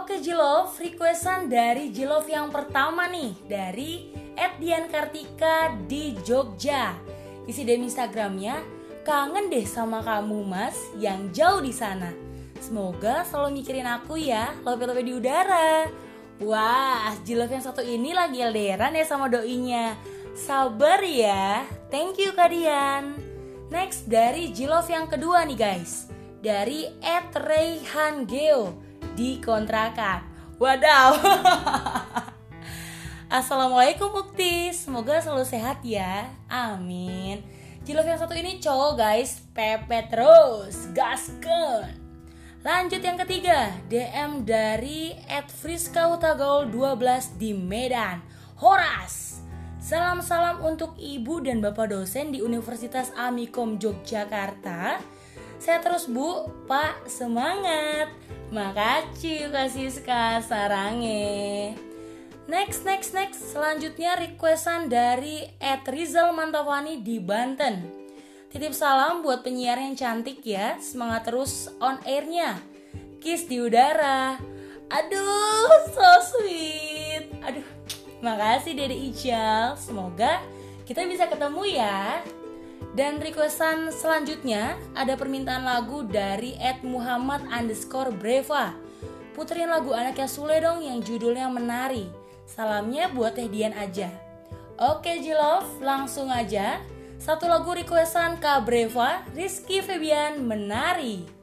Oke Jilov, requestan dari Jilov yang pertama nih, dari Dian Kartika di Jogja. Isi DM Instagramnya, kangen deh sama kamu mas yang jauh di sana. Semoga selalu mikirin aku ya, lope-lope di udara. Wah, Jilov yang satu ini lagi LDRan ya sama doinya. Sabar ya, thank you Kak Dian. Next dari Jilov yang kedua nih guys, dari @rayhangeo di kontrakan. Wadaw. Assalamualaikum Ukti, semoga selalu sehat ya, amin. Jilov yang satu ini cowok guys, pepet terus, gaskeun. Lanjut yang ketiga, DM dari @friskahutagaul12 di Medan, Horas. Salam-salam untuk ibu dan bapak dosen di Universitas Amikom Yogyakarta. Saya terus bu, pak, semangat. Makasih kasih sarange. Next. Selanjutnya requestan dari @Rizal Mantawani di Banten. Titip salam buat penyiar yang cantik ya. Semangat terus on airnya. Kiss di udara. Aduh, so sweet. Aduh, makasih Dede Ical. Semoga kita bisa ketemu ya. Dan requestan selanjutnya ada permintaan lagu dari @Muhammad_Breva. Puterin lagu anaknya Sule dong yang judulnya Menari. Salamnya buat Teh Dian aja. Oke Jilov, langsung aja. Satu lagu requestan Kak Breva, Rizky Febian, Menari.